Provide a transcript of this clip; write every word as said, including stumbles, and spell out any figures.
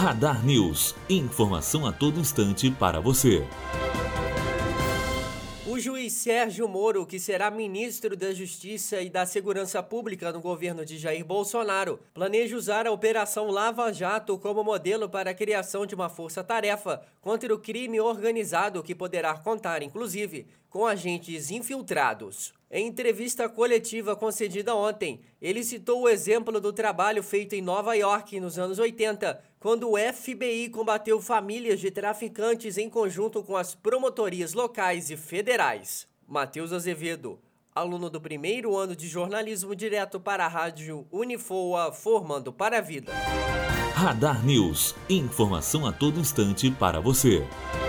Radar News. Informação a todo instante para você. O juiz Sérgio Moro, que será ministro da Justiça e da Segurança Pública no governo de Jair Bolsonaro, planeja usar a Operação Lava Jato como modelo para a criação de uma força-tarefa contra o crime organizado que poderá contar, inclusive, com agentes infiltrados. Em entrevista coletiva concedida ontem, ele citou o exemplo do trabalho feito em Nova York nos anos oitenta, quando o F B I combateu famílias de traficantes em conjunto com as promotorias locais e federais. Matheus Azevedo, aluno do primeiro ano de jornalismo, direto para a rádio Unifoa, formando para a vida. Radar News. Informação a todo instante para você.